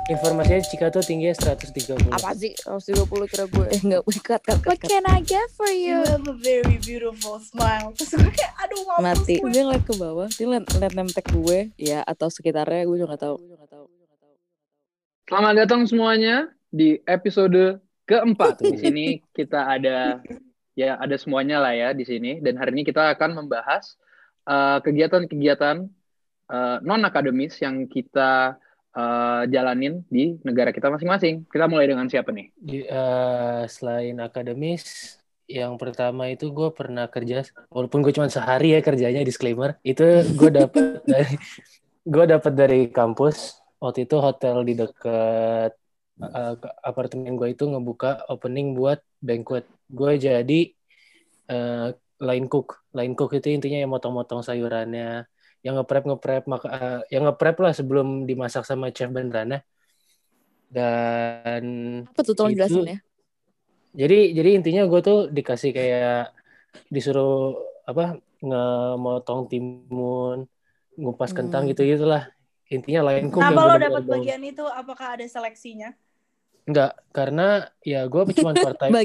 Informasinya Cika tuh tingginya 130. Apa sih? 130 kira gue. Enggak, cut. What can I get for you? You have a very beautiful smile. Terus gue kayak aduh mampus Mati. gue. Dia ngeliat ke bawah, dia liat nemtek gue, ya atau sekitarnya gue juga nggak tahu. Selamat datang semuanya di episode keempat. Di sini kita ada semuanya lah ya di sini. Dan hari ini kita akan membahas kegiatan-kegiatan non akademis yang kita jalanin di negara kita masing-masing. Kita mulai dengan siapa nih? Selain akademis, yang pertama itu gue pernah kerja, walaupun gue cuma sehari ya kerjanya, disclaimer. Itu gue dapat dari kampus. Waktu itu hotel di dekat apartemen gue itu ngebuka opening buat banquet. Gue jadi line cook. Line cook itu intinya yang motong-motong sayurannya, yang yang ngeprep lah sebelum dimasak sama chef benerannya. Dan Apa tuh, tolong jelasin ya. Jadi intinya gue tuh dikasih kayak disuruh ngemotong timun, ngupas kentang gitu-gitulah. Intinya line cook. Kenapa lo dapat bagian itu? Apakah ada seleksinya? Enggak, karena ya gue cuma part time.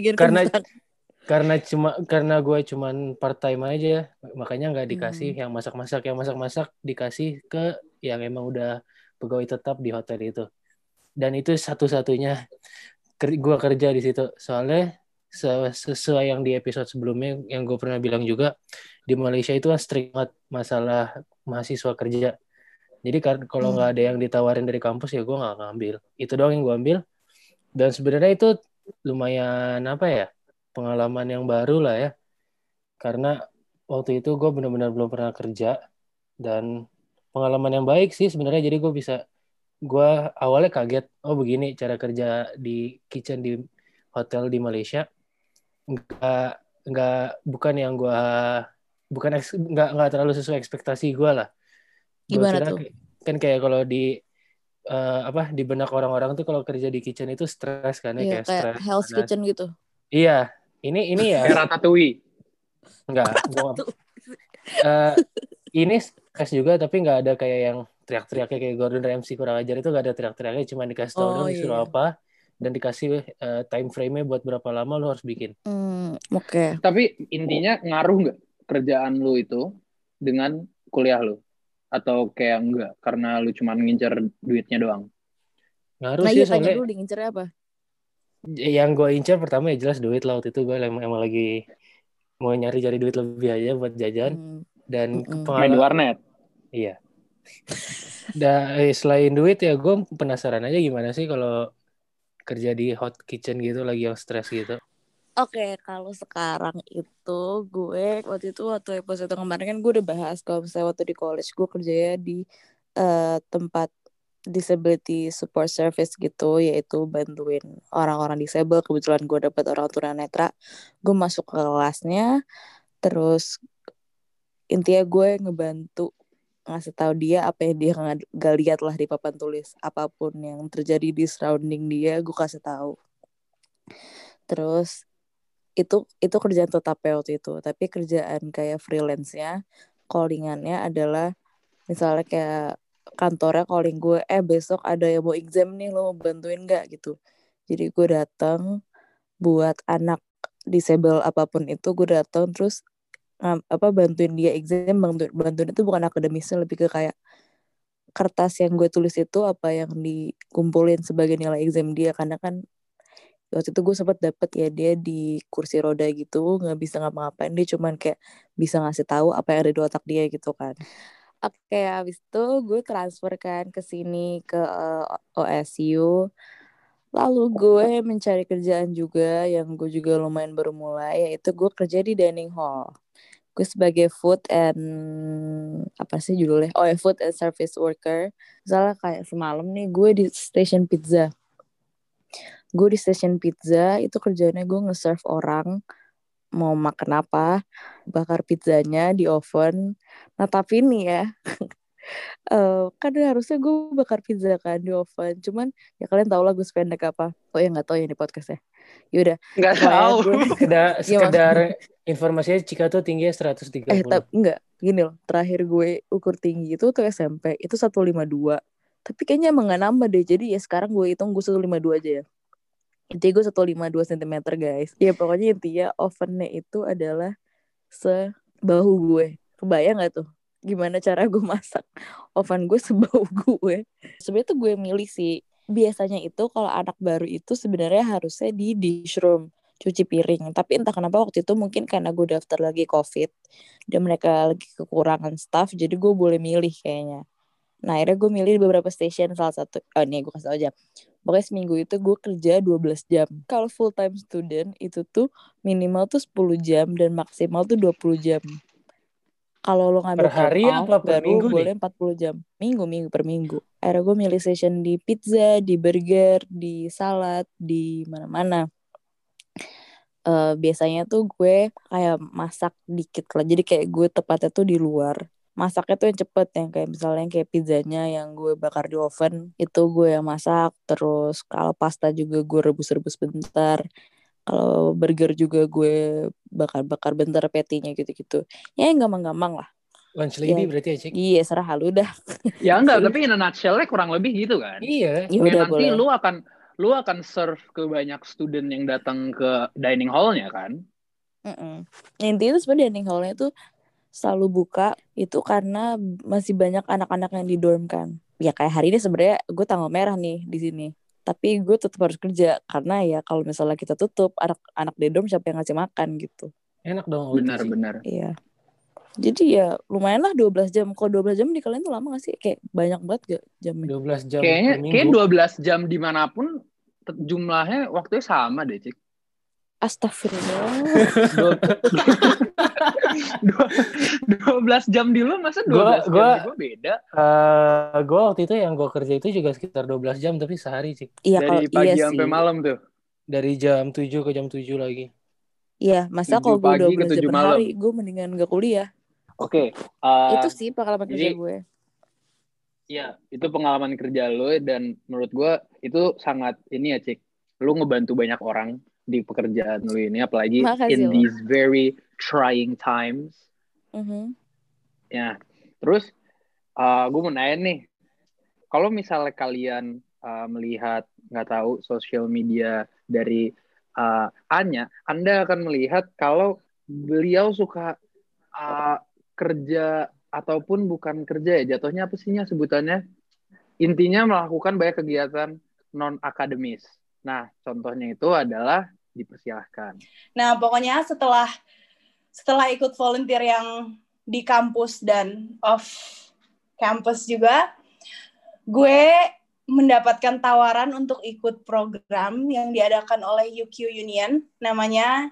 karena gue cuma part time aja, makanya nggak dikasih yang masak-masak. Yang masak-masak dikasih ke yang emang udah pegawai tetap di hotel itu. Dan itu satu-satunya gue kerja di situ. Soalnya sesuai yang di episode sebelumnya yang gue pernah bilang juga, di Malaysia itu kan strict banget masalah mahasiswa kerja. Jadi kalau nggak ada yang ditawarin dari kampus ya gue nggak ngambil. Itu doang yang gue ambil. Dan sebenarnya itu lumayan pengalaman yang baru lah ya. Karena waktu itu gue benar-benar belum pernah kerja. Dan pengalaman yang baik sih sebenarnya. Jadi gue awalnya kaget. Oh begini cara kerja di kitchen di hotel di Malaysia. Nggak terlalu sesuai ekspektasi gue lah. Gimana tuh? Kan kayak kalau di benak orang-orang tuh kalau kerja di kitchen itu stres kan ya, kayak stres. Hell's Kitchen gitu. Iya, ini ya. Kayak Ratatouille. Enggak. Ini stres juga tapi nggak ada kayak yang teriak-teriaknya kayak Gordon Ramsay kurang ajar. Itu nggak ada teriak-teriaknya, cuma dikasih tahu dong disuruh apa dan dikasih time frame-nya buat berapa lama lo harus bikin. Oke. Tapi intinya ngaruh nggak kerjaan lo itu dengan kuliah lo? Atau kayak enggak karena lu cuma ngincer duitnya doang? Ngaruh sih soalnya. Tanya dulu ngincernya apa? Yang gue incer pertama ya jelas duit lah. Waktu itu gue emang lagi mau nyari duit lebih aja buat jajan dan main di warnet. Iya. Dan selain duit ya gue penasaran aja gimana sih kalau kerja di hot kitchen gitu lagi yang stres gitu. Oke, kalau sekarang itu gue waktu episode kemarin kan gue udah bahas kalau misalnya waktu di college gue kerjanya di tempat disability support service gitu, yaitu bantuin orang-orang disable. Kebetulan gue dapet orang tunanetra, gue masuk ke kelasnya, terus intinya gue ngebantu ngasih tahu dia apa yang dia nggak lihat lah di papan tulis, apapun yang terjadi di surrounding dia gue kasih tahu. Terus itu kerjaan tetap waktu itu, tapi kerjaan kayak freelance-nya, callingannya adalah misalnya kayak kantornya calling gue, besok ada yang mau exam nih, lo mau bantuin nggak gitu. Jadi gue datang buat anak disable apapun itu, gue datang terus bantuin dia exam. Bantuin itu bukan akademisnya, lebih ke kayak kertas yang gue tulis itu apa yang dikumpulin sebagai nilai exam dia, karena kan waktu itu gue sempat dapet ya dia di kursi roda gitu, nggak bisa ngapa-ngapain, dia cuman kayak bisa ngasih tahu apa yang ada di otak dia gitu kan. Oke, habis itu gue transfer kan ke sini ke OSU. Lalu gue mencari kerjaan juga yang gue juga lumayan baru mulai, yaitu gue kerja di dining hall. Gue sebagai food and food and service worker. Misalnya kayak semalam nih gue di station pizza. Gue di station pizza itu kerjanya gue nge-serve orang mau makan apa, bakar pizzanya di oven. Nah tapi nih ya, kan harusnya gue bakar pizza kan di oven. Cuman ya kalian tau lah gue sependek apa. Oh ya nggak tahu ya di podcast ya. Yaudah. Nggak tahu. Sekedar informasinya Cika tuh tingginya 130. Enggak, gini loh. Terakhir gue ukur tinggi itu tuh SMP itu 152. Tapi kayaknya emang gak nambah deh. Jadi ya sekarang gue hitung gue 152 aja ya. Intinya gue 152 cm guys. Ya pokoknya intinya ovennya itu adalah sebahu gue. Kebayang gak tuh gimana cara gue masak oven gue sebahu gue. Sebenarnya tuh gue milih sih. Biasanya itu kalau anak baru itu sebenarnya harusnya di dishroom cuci piring. Tapi entah kenapa waktu itu mungkin karena gue daftar lagi COVID dan mereka lagi kekurangan staff, jadi gue boleh milih kayaknya. Nah akhirnya gue milih di beberapa station, salah satu, nih gue kasih tau aja. Pokoknya seminggu itu gue kerja 12 jam. Kalau full time student itu tuh minimal tuh 10 jam dan maksimal tuh 20 jam. Kalau lo ngambil Per time hari off apa per baru minggu nih? boleh 40 jam. Minggu per minggu. Akhirnya gue milih session di pizza, di burger, di salad, di mana-mana. Biasanya tuh gue kayak masak dikit lah. Jadi kayak gue tepatnya tuh di luar. Masaknya tuh yang cepet, yang kayak misalnya kayak pizzanya yang gue bakar di oven itu gue yang masak. Terus kalau pasta juga gue rebus-rebus bentar. Kalau burger juga gue bakar-bakar bentar patty-nya gitu-gitu. Ya yang gampang-gampang lah. Lunch Ya, lady berarti ya, Cik? iya serah lu dah. Ya enggak, tapi in a nutshell-nya kurang lebih gitu kan. Iya. Ya Kayak udah nanti boleh. lu akan serve ke banyak student yang datang ke dining hall-nya kan. Intinya itu sebenarnya dining hall-nya tuh selalu buka itu karena masih banyak anak-anak yang di dorm kan. Ya kayak hari ini sebenarnya gue tanggal merah nih di sini. Tapi gue tetap harus kerja karena ya kalau misalnya kita tutup anak-anak di dorm siapa yang ngasih makan gitu. Enak dong OT, Cik. Benar-benar. Iya. Jadi ya lumayan lah 12 jam. Kalau 12 jam di kalian tuh lama gak sih? Kayak banyak banget gak jamnya? 12 jam Kayaknya per minggu. 12 jam dimanapun jumlahnya waktunya sama deh, Cik. Astagfirullah. 12 jam di lu masa 12 jam di gue beda. Gue waktu itu yang gue kerja itu juga sekitar 12 jam tapi sehari, Cik. Iya kalau Dari pagi iya sampai sih. malam tuh. Dari jam 7 ke jam 7 lagi. Iya, masa 7 kalau gue pagi ke 12 jam 7 per malam. hari, gue mendingan gak kuliah. Oke. Itu sih pengalaman kerja jadi- gue. Iya, itu pengalaman kerja lo dan menurut gue itu sangat ini ya, Cik. Lu ngebantu banyak orang di pekerjaan lu ini, apalagi Makasih in lo. these very trying times. Ya, terus gue mau nanya nih, kalau misalnya kalian melihat nggak tahu sosial media dari Anya, Anda akan melihat kalau beliau suka kerja ataupun bukan kerja ya, jatuhnya apa sihnya sebutannya? Intinya melakukan banyak kegiatan non akademis. Nah, contohnya itu adalah dipersilahkan. Nah, pokoknya setelah ikut volunteer yang di kampus dan off campus juga, gue mendapatkan tawaran untuk ikut program yang diadakan oleh UQ Union, namanya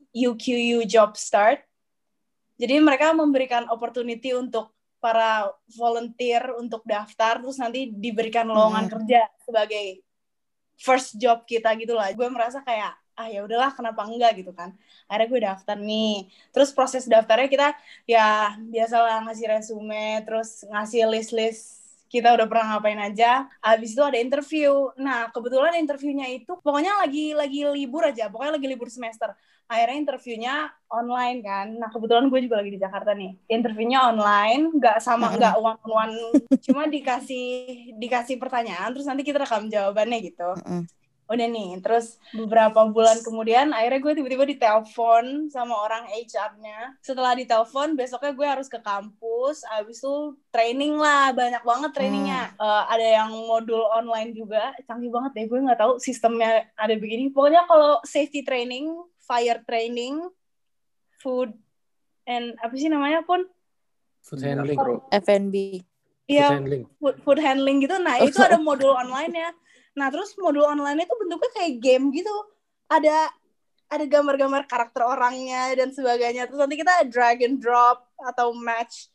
UQU Job Start. Jadi mereka memberikan opportunity untuk para volunteer untuk daftar, terus nanti diberikan lowongan kerja sebagai first job kita gitu lah. Gue merasa kayak, ya udahlah kenapa enggak gitu kan. Akhirnya gue daftar nih. Terus proses daftarnya kita ya biasalah ngasih resume, terus ngasih list-list kita udah pernah ngapain aja. Habis itu ada interview. Nah, kebetulan interviewnya itu pokoknya lagi libur aja. Pokoknya lagi libur semester. Akhirnya interviewnya online kan. Nah, kebetulan gue juga lagi di Jakarta nih. Interviewnya online, nggak one-on-one. Cuma dikasih pertanyaan, terus nanti kita rekam jawabannya gitu. Udah nih, terus beberapa bulan kemudian akhirnya gue tiba-tiba ditelepon sama orang HR-nya. Setelah ditelepon, besoknya gue harus ke kampus, abis itu training lah, banyak banget trainingnya. Ada yang modul online juga, canggih banget deh, gue nggak tahu sistemnya ada begini. Pokoknya kalau safety training, fire training, food and apa sih namanya pun? Food handling. F&B. Iya, food handling gitu. Nah, itu ada modul online-nya. Nah, terus modul online itu bentuknya kayak game gitu. Ada gambar-gambar karakter orangnya dan sebagainya. Terus nanti kita drag and drop atau match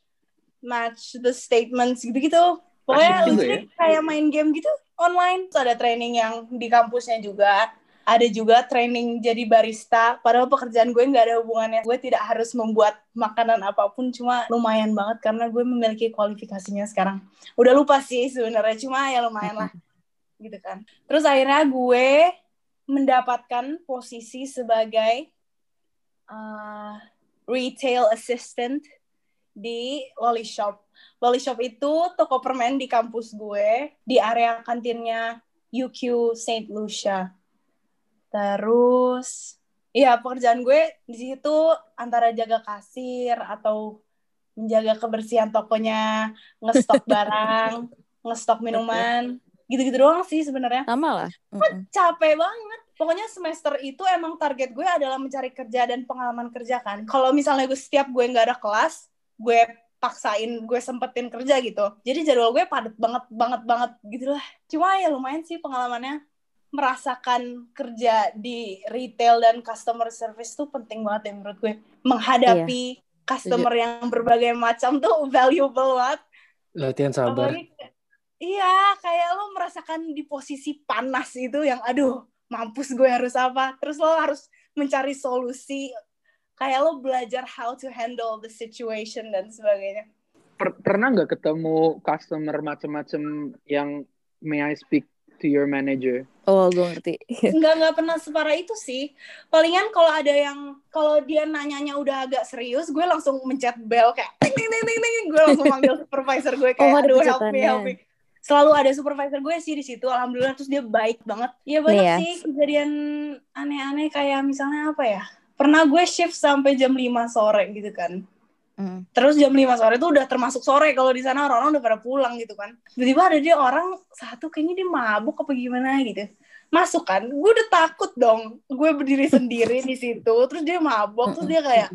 the statements gitu-gitu. Pokoknya lucunya kayak main game gitu online. Terus ada training yang di kampusnya juga. Ada juga training jadi barista. Padahal pekerjaan gue nggak ada hubungannya. Gue tidak harus membuat makanan apapun. Cuma lumayan banget karena gue memiliki kualifikasinya sekarang. Udah lupa sih sebenarnya. Cuma ya lumayan lah. Gitu kan. Terus akhirnya gue mendapatkan posisi sebagai retail assistant di Lolly Shop. Lolly Shop itu toko permen di kampus gue, di area kantinnya UQ Saint Lucia. Terus, ya pekerjaan gue di situ antara jaga kasir atau menjaga kebersihan tokonya, ngestok barang, ngestok minuman, gitu-gitu doang sih sebenarnya. Sama lah. Capek banget. Pokoknya semester itu emang target gue adalah mencari kerja dan pengalaman kerja kan. Kalau misalnya setiap gue nggak ada kelas, gue paksain, gue sempetin kerja gitu. Jadi jadwal gue padat banget gitu lah. Cuma ya lumayan sih pengalamannya. Merasakan kerja di retail dan customer service tuh penting banget ya menurut gue. Menghadapi customer yang berbagai macam tuh valuable banget. Latihan sabar. Apalagi, iya, kayak lo merasakan di posisi panas itu yang aduh, mampus gue harus apa. Terus lo harus mencari solusi. Kayak lo belajar how to handle the situation dan sebagainya. Pernah nggak ketemu customer macam-macam yang may I speak to your manager? Oh, gue ngerti. Nggak pernah separah itu sih. Palingan kalau dia nanyanya udah agak serius, gue langsung mencet bell kayak ting. Gue langsung manggil supervisor gue kayak aduh help me. Selalu ada supervisor gue sih di situ, alhamdulillah. Terus dia baik banget. Ya banyak sih kejadian aneh-aneh kayak misalnya apa ya? Pernah gue shift sampai jam 5 sore gitu kan. Terus jam 5 sore itu udah termasuk sore kalau di sana orang-orang udah pada pulang gitu kan. Tiba-tiba ada dia orang satu kayaknya dia mabuk apa gimana gitu. Masuk kan, gue udah takut dong. Gue berdiri sendiri di situ, terus dia mabuk, terus dia kayak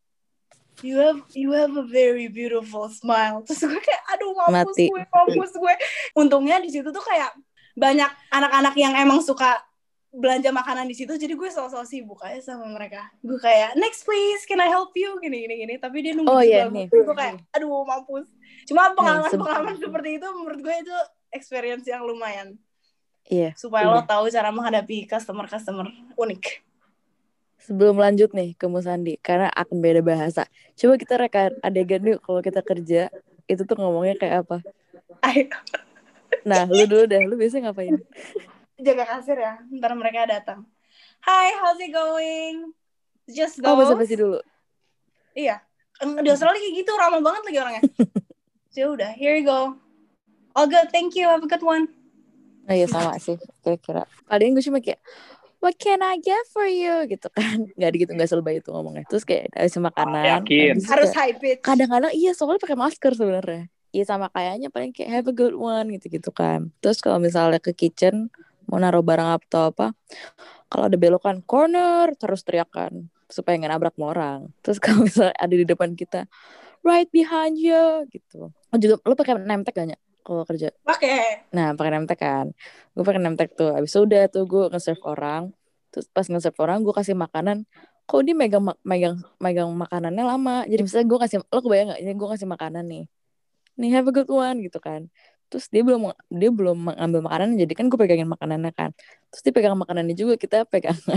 you have a very beautiful smile. Terus gue kayak aduh mampus gue. Untungnya di situ tuh kayak banyak anak-anak yang emang suka belanja makanan di situ, jadi gue sosok sibuk aja sama mereka. Gue kayak next please, can I help you gini. Tapi dia nunggu gue kayak aduh mampus. Cuma pengalaman seperti itu menurut gue itu experience yang lumayan. Iya. Supaya lo tahu cara menghadapi customer unik. Sebelum lanjut nih ke Musandi, karena akan beda bahasa. Coba kita reka adegan yuk kalau kita kerja itu tuh ngomongnya kayak apa? Ayo. Nah, lu dulu deh, lu biasanya ngapain? Jaga kasir ya, ntar mereka datang. Hi, how's it going? Just those. Bahasa basi dulu. Iya, di Australia kayak gitu, ramah banget lagi orangnya. Ya udah, here you go. All good, thank you, have a good one. Oh iya sama sih, kira-kira. Paling gue cuma kayak, what can I get for you? Gitu kan. Gak selebay itu ngomongnya. Terus kayak ada makanan. Harus high pitch. Kadang-kadang iya, soalnya pakai masker sebenarnya. Iya sama kayaknya paling kayak have a good one gitu kan. Terus kalau misalnya ke kitchen mau naruh barang atau apa, kalau ada belokan corner terus teriakan supaya nggak nabrak sama orang. Terus kalau misalnya ada di depan kita right behind you gitu. Oh juga lo pakai name tag gak kalau kerja? Pakai. Nah pakai name tag kan. Gue pakai name tag tuh. Abis itu udah tuh gue nge-serve orang. Terus pas nge-serve orang gue kasih makanan. Kok dia megang makanannya lama. Jadi misalnya gue kasih, lo kebayang gak? Jadi gue kasih makanan nih have a good one gitu kan. Terus dia belum mengambil makanan, jadi kan gue pegangin makanannya kan. Terus dia pegang makanannya juga, kita pegangan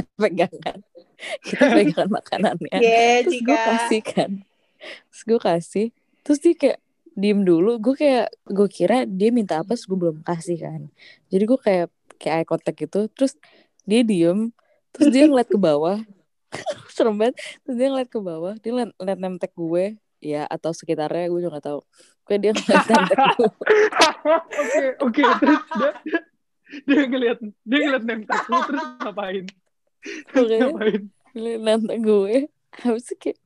makanannya. Terus gue kasih kan. Terus dia kayak diem dulu. Gue kira dia minta apa, terus gue belum kasih kan. Jadi gue kayak eye contact gitu. Terus dia diem, terus dia ngeliat ke bawah. Serem banget. Terus dia ngeliat ke bawah, dia ngeliat name tag gue. Ya atau sekitarnya gue juga gak tahu. Kayak dia ngeliat name tag gue. Oke. Terus dia ngeliat name tag gue terus ngapain? Ngeliat name tag gue. Habis itu kayak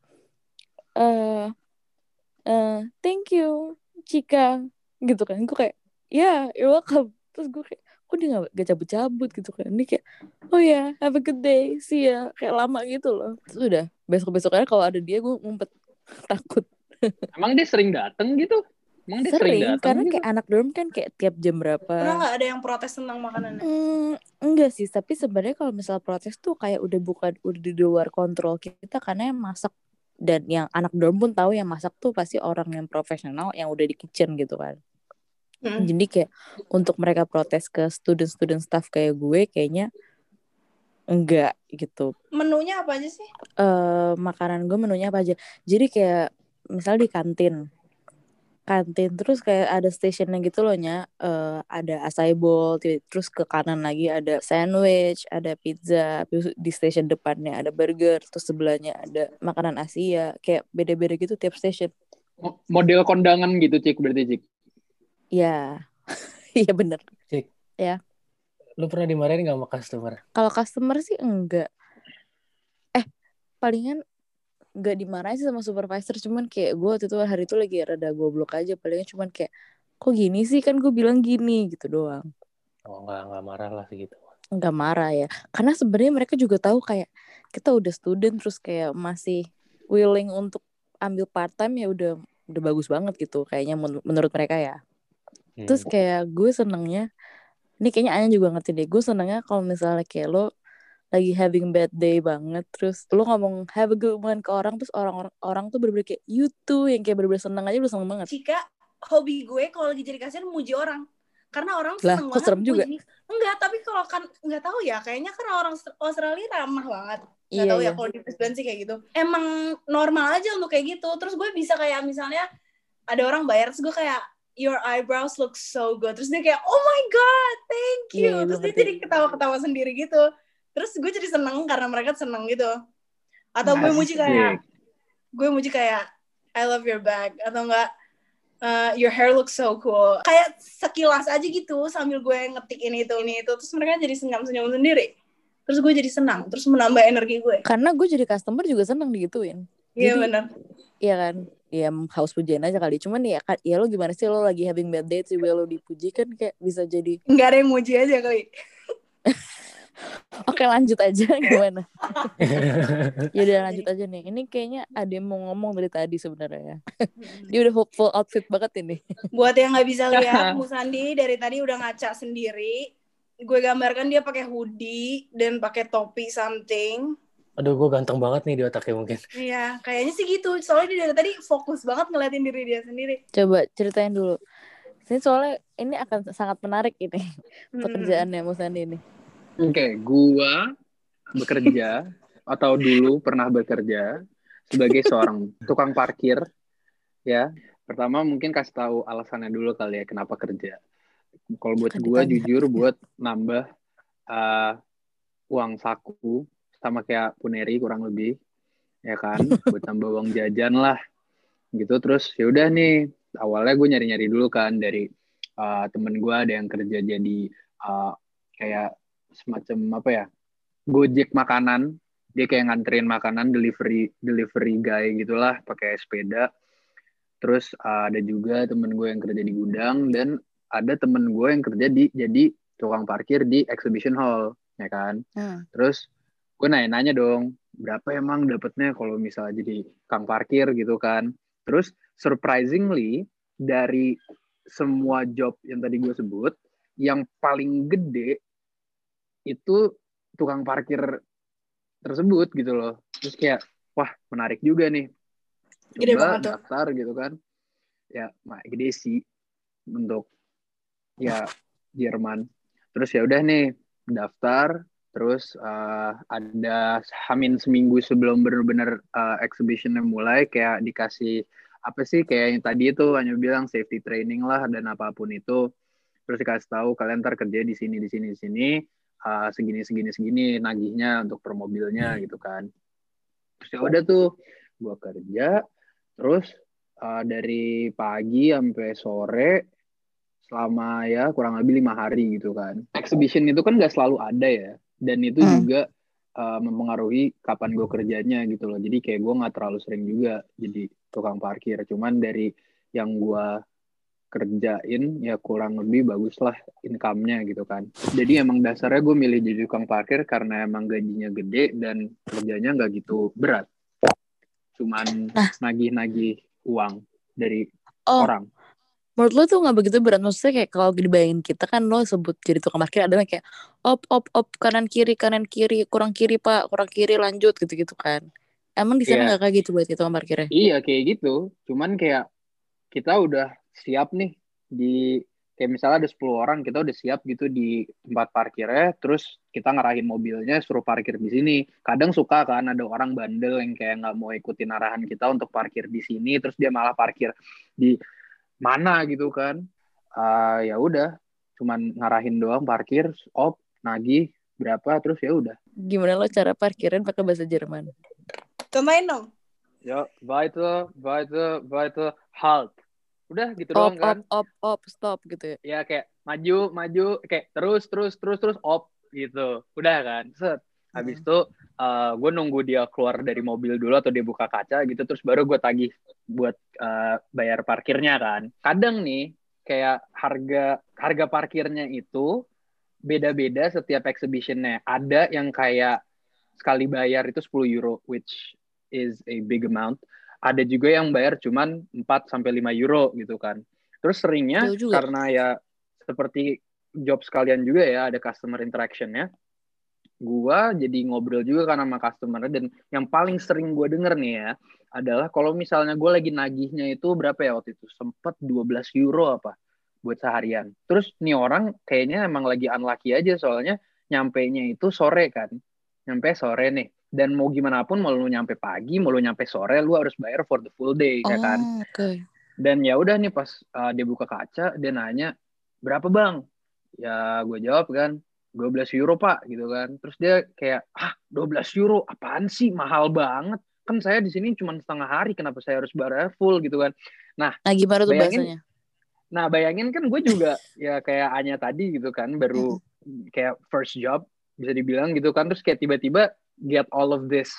thank you Cika gitu kan. Gue kayak you're welcome. Terus gue kayak kok dia gak cabut-cabut gitu kan. Dia kayak oh ya have a good day, see ya. Kayak lama gitu loh. Terus udah besok-besoknya kalau ada dia gue ngumpet. Takut. Emang dia sering dateng gitu? Sering karena gitu? Kayak anak dorm kan kayak tiap jam berapa. Pernah nggak ada yang protes tentang makanannya? Enggak sih, tapi sebenarnya kalau misal protes tuh kayak udah di luar kontrol kita karena yang masak dan yang anak dorm pun tahu yang masak tuh pasti orang yang profesional yang udah di kitchen gitu kan. Jadi kayak untuk mereka protes ke student staff kayak gue kayaknya enggak gitu. Menunya apa aja sih? Makanan gue menunya apa aja. Jadi kayak misal di kantin kantin, terus kayak ada stationnya gitu loh nya. Ada acai bowl, terus ke kanan lagi ada sandwich, ada pizza, terus di station depannya ada burger, terus sebelahnya ada makanan Asia, kayak beda-beda gitu tiap station. Model kondangan gitu, Cik, berarti, Cik. Ya, iya bener. Cik, Ya, lu pernah dimarahin nggak sama customer? kalau customer sih enggak. Palingan nggak dimarahin sih sama supervisor, cuman kayak gue waktu itu hari itu lagi rada goblok aja, palingan cuman kayak kok gini sih, kan gue bilang gini gitu doang. Oh, nggak marah lah segitu. Nggak marah ya, karena sebenarnya mereka juga tahu kayak kita udah student, terus kayak masih willing untuk ambil part time, ya udah bagus banget gitu kayaknya menurut mereka ya. Terus kayak gue senengnya, ini kayaknya Anya juga ngerti deh, gue senengnya kalau misalnya kayak lo lagi having bad day banget, terus lo ngomong have a good one ke orang, terus orang tuh bener-bener kayak you too, yang kayak bener-bener seneng aja, udah seneng banget. Cika, hobi gue kalau lagi jadi kasir muji orang, karena orang Lah, seneng kok banget serem juga? muji. Enggak, tapi kalau kan nggak tahu ya, kayaknya kan orang Australia ramah banget. Nggak Iya, tahu ya iya. kalau di Brisbane sih kayak gitu. Emang normal aja untuk kayak gitu. Terus gue bisa kayak misalnya ada orang bayar, terus gue kayak your eyebrows look so good. Terus dia kayak oh my god, thank you. Iya, Terus gue dia ngerti. jadi ketawa-ketawa sendiri gitu. Terus gue jadi seneng karena mereka seneng gitu. Atau gue muji kayak I love your bag, atau enggak your hair looks so cool. Kayak sekilas aja gitu sambil gue ngetik ini itu. Terus mereka jadi senyum-senyum sendiri. Terus gue jadi senang. Terus menambah energi gue. Karena gue jadi customer juga seneng digituin. Iya Jadi, benar. iya kan, ya haus pujian aja kali. Cuman ya lo gimana sih, lo lagi having bad day, sih lo dipuji kan kayak bisa jadi. Nggak ada yang muji aja kali. Oke, lanjut aja gimana? Ya udah lanjut aja nih. Ini kayaknya ada yang mau ngomong dari tadi sebenarnya. Dia udah full outfit banget ini. Buat yang nggak bisa lihat, Musandi dari tadi udah ngaca sendiri. Gue gambarkan dia pakai hoodie dan pakai topi something. Aduh, gue ganteng banget nih di otaknya mungkin. Iya, kayaknya sih gitu. Soalnya dia dari tadi fokus banget ngeliatin diri dia sendiri. Coba ceritain dulu. Ini soalnya ini akan sangat menarik ini pekerjaannya Musandi ini. Oke, gua bekerja atau dulu pernah bekerja sebagai seorang tukang parkir, ya. Pertama mungkin kasih tahu alasannya dulu kali ya kenapa kerja. Kalau buat gua jujur buat nambah uang saku sama kayak Puneri kurang lebih, ya kan, buat tambah uang jajan lah, gitu. Terus ya udah nih, awalnya gue nyari-nyari dulu kan dari temen gue ada yang kerja jadi kayak semacam apa ya, Gojek makanan, dia kayak nganterin makanan, delivery guy gitulah, pakai sepeda. Terus ada juga temen gue yang kerja di gudang, dan ada temen gue yang kerja jadi tukang parkir di exhibition hall, ya kan. Terus gue nanya-nanya dong, berapa emang dapetnya kalau misalnya jadi tukang parkir gitu kan. Terus surprisingly dari semua job yang tadi gue sebut, yang paling gede itu tukang parkir tersebut gitu loh. Terus kayak wah menarik juga nih, coba daftar gitu kan. Ya gede sih untuk ya Jerman. Terus ya udah nih daftar. Terus ada hamin seminggu sebelum benar-benar exhibitionnya mulai, kayak dikasih apa sih, kayak yang tadi itu hanya bilang safety training lah dan apapun itu. Terus dikasih tahu kalian ntar kerja di sini segini nagihnya untuk per mobilnya gitu kan. Terus ya udah tuh gue kerja terus dari pagi sampai sore selama ya kurang lebih 5 hari gitu kan. Exhibition itu kan gak selalu ada ya, dan itu juga mempengaruhi kapan gue kerjanya gitu loh. Jadi kayak gue gak terlalu sering juga jadi tukang parkir. Cuman dari yang gue kerjain ya kurang lebih bagus lah income-nya gitu kan. Jadi emang dasarnya gue milih jadi tukang parkir karena emang gajinya gede dan kerjanya gak gitu berat. Cuman nagih-nagih uang dari orang. Menurut lo tuh gak begitu berat? Maksudnya kayak kalau dibayangin kita kan, lo sebut jadi tukang parkir adalah kayak op kanan kiri kurang kiri pak, kurang kiri lanjut gitu-gitu kan. Emang di sana gak kayak gitu buat tukang parkirnya? Iya kayak gitu. Cuman kayak kita udah siap nih kayak misalnya ada 10 orang, kita udah siap gitu di tempat parkirnya, terus kita ngarahin mobilnya suruh parkir di sini. Kadang suka kan ada orang bandel yang kayak nggak mau ikutin arahan kita untuk parkir di sini, terus dia malah parkir di mana gitu kan. Ya udah, cuman ngarahin doang, parkir, nagih berapa, terus ya udah. Gimana lo cara parkirin pakai bahasa Jerman? Contohin dong. Ya, weiter, halt. Udah gitu doang kan. Op, stop gitu ya. Ya kayak maju, kayak terus, gitu. Udah kan, set. Habis itu gue nunggu dia keluar dari mobil dulu atau dia buka kaca gitu, terus baru gue tagih buat bayar parkirnya kan. Kadang nih kayak harga parkirnya itu beda-beda setiap exhibitionnya. Ada yang kayak sekali bayar itu 10 euro, which is a big amount. Ada juga yang bayar cuman 4-5 euro gitu kan. Terus seringnya karena ya seperti job sekalian juga ya, ada customer interaction-nya. Gua jadi ngobrol juga kan sama customer, dan yang paling sering gue denger nih ya adalah kalau misalnya gue lagi nagihnya itu berapa ya waktu itu, sempet 12 euro apa buat seharian. Terus nih orang kayaknya emang lagi unlucky aja, soalnya nyampainya itu sore kan, nyampe sore nih, dan mau gimana pun, mau lu nyampe pagi, mau lu nyampe sore, lu harus bayar for the full day ya kan. Okay. Dan ya udah nih pas dia buka kaca, dia nanya berapa bang, ya gue jawab kan 12 euro pak gitu kan. Terus dia kayak 12 euro apaan sih, mahal banget kan, saya di sini cuma setengah hari, kenapa saya harus bayar full gitu kan. Nah gimana tuh bahasanya? Nah bayangin kan gue juga ya kayak Anya tadi gitu kan, baru kayak first job bisa dibilang gitu kan. Terus kayak tiba-tiba get all of this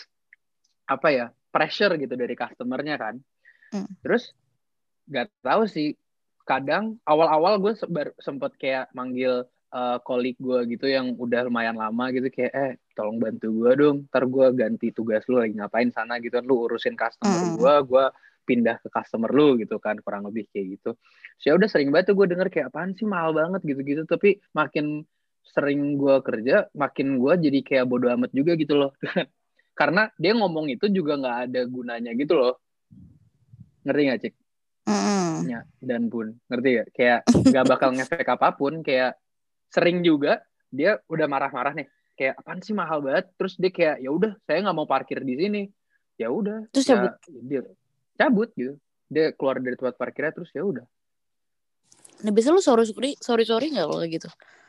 pressure gitu dari customernya kan. Terus gak tahu sih, kadang awal-awal gue sempet kayak manggil kolik gue gitu yang udah lumayan lama gitu, kayak tolong bantu gue dong, ntar gue ganti tugas lu lagi ngapain sana gitu kan, lu urusin customer gue pindah ke customer lu gitu kan, kurang lebih kayak gitu. So, ya udah sering banget tuh gue denger kayak apaan sih mahal banget gitu-gitu, tapi makin sering gue kerja makin gue jadi kayak bodo amat juga gitu loh. Karena dia ngomong itu juga nggak ada gunanya gitu loh, ngerti nggak Cik? Ya, dan pun ngerti gak? Kayak nggak bakal ngefek apapun. Kayak sering juga dia udah marah-marah nih, kayak apaan sih mahal banget, terus dia kayak ya udah saya nggak mau parkir di sini, ya udah terus ya, dia cabut gitu, dia keluar dari tempat parkirnya, terus ya udah. Nah biasa lu sorry nggak lo gitu?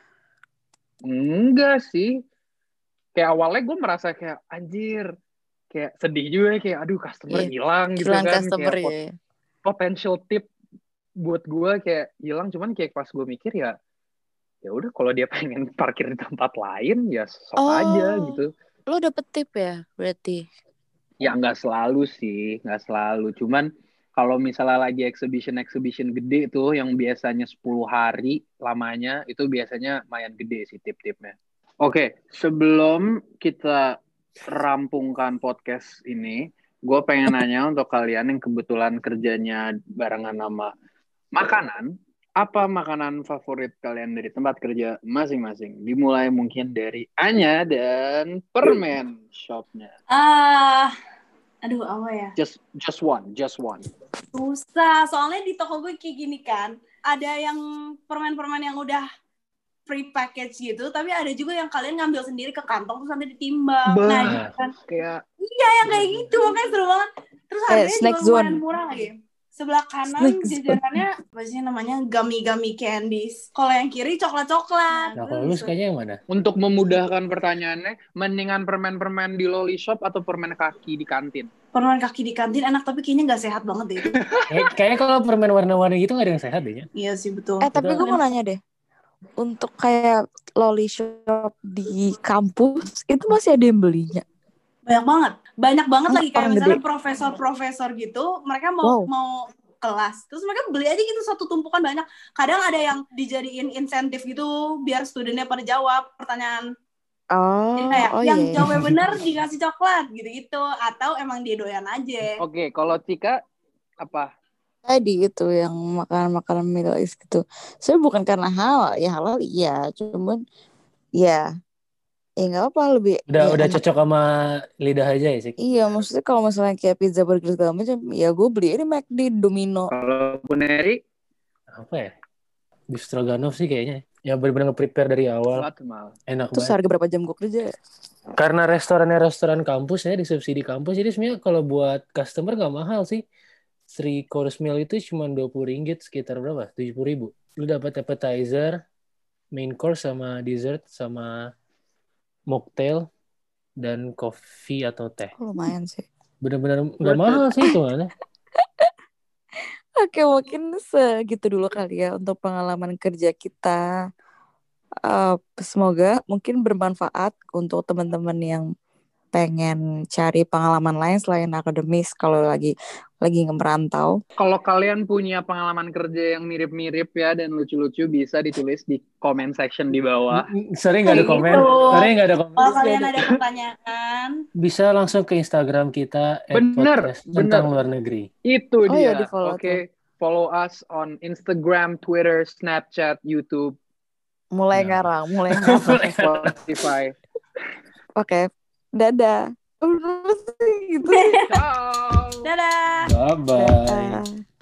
Enggak sih, kayak awalnya gue merasa kayak anjir, kayak sedih juga, kayak aduh customer hilang gitu kan, customer, kayak potential tip buat gue kayak hilang. Cuman kayak pas gue mikir ya udah, kalau dia pengen parkir di tempat lain ya sok aja gitu. Lo dapet tip ya berarti? Ya nggak selalu sih, nggak selalu. Cuman kalau misalnya lagi exhibition gede tuh yang biasanya 10 hari lamanya, itu biasanya lumayan gede sih tip-tipnya. Oke, sebelum kita rampungkan podcast ini, gue pengen nanya untuk kalian yang kebetulan kerjanya barengan sama makanan, apa makanan favorit kalian dari tempat kerja masing-masing? Dimulai mungkin dari Anya dan permen shopnya. Aduh, apa ya? Just one. Susah, soalnya di toko gue kayak gini kan, ada yang permen-permen yang udah pre-package gitu, tapi ada juga yang kalian ngambil sendiri ke kantong terus nanti ditimbang. Nah, kan kayak iya yang kayak gitu, makanya seru banget. Terus harganya juga lumayan murah lagi. Sebelah kanan jajarannya apa sih namanya, gummy candies. Kalau yang kiri coklat-coklat. Nah, kalau lu sukanya yang mana? Untuk memudahkan pertanyaannya, mendingan permen-permen di loli shop atau permen kaki di kantin? Permen kaki di kantin enak, tapi kayaknya nggak sehat banget deh itu. Kayaknya kalau permen warna-warni gitu nggak ada yang sehat deh ya. Iya sih, betul. Tapi gue mau nanya deh, untuk kayak loli shop di kampus itu masih ada yang belinya? Banyak banget lagi, kayak misalnya profesor gitu, mereka mau kelas, terus mereka beli aja gitu satu tumpukan banyak. Kadang ada yang dijadiin insentif gitu biar studennya pada jawab pertanyaan. Jadi kayak yang jawabnya benar dikasih coklat gitu-gitu, atau emang dia doyan aja. Oke, kalau Cika apa? Tadi itu yang makanan Middle East gitu. Saya bukan karena halal iya, cuman ya nggak apa, lebih udah cocok sama lidah aja ya sih. Iya, maksudnya kalau misalnya kayak pizza, burger segala macam, ya gue beli ini McD, Domino. Kalau Puneri apa ya, beef stroganoff sih kayaknya, yang benar-benar prepare dari awal. Enak terus banget. Harga berapa jam gue kerja? Karena restoran kampus ya, disubsidi kampus, jadi sebenarnya kalau buat customer nggak mahal sih. 3 course meal itu cuma 20 ringgit, sekitar berapa? 70.000. Lu dapat appetizer, main course sama dessert sama mocktail dan kopi atau teh. Lumayan sih. Benar-benar nggak mahal sih itu mana. Oke, mungkin segitu dulu kali ya untuk pengalaman kerja kita. Semoga mungkin bermanfaat untuk teman-teman yang pengen cari pengalaman lain selain akademis kalau lagi ngemerantau. Kalau kalian punya pengalaman kerja yang mirip-mirip ya dan lucu-lucu bisa ditulis di comment section di bawah. Sering nggak ada komen. Sering nggak ada komen. Kalau kalian ada pertanyaan, bisa langsung ke Instagram kita @podcast tentang luar negeri. Itu Oh, dia. ya, di-follow Oke, follow us on Instagram, Twitter, Snapchat, YouTube, Mulai ngarang. Spotify. Oke, dadah. Udah sih gitu. Ciao. dadah. Bye bye. Dadah.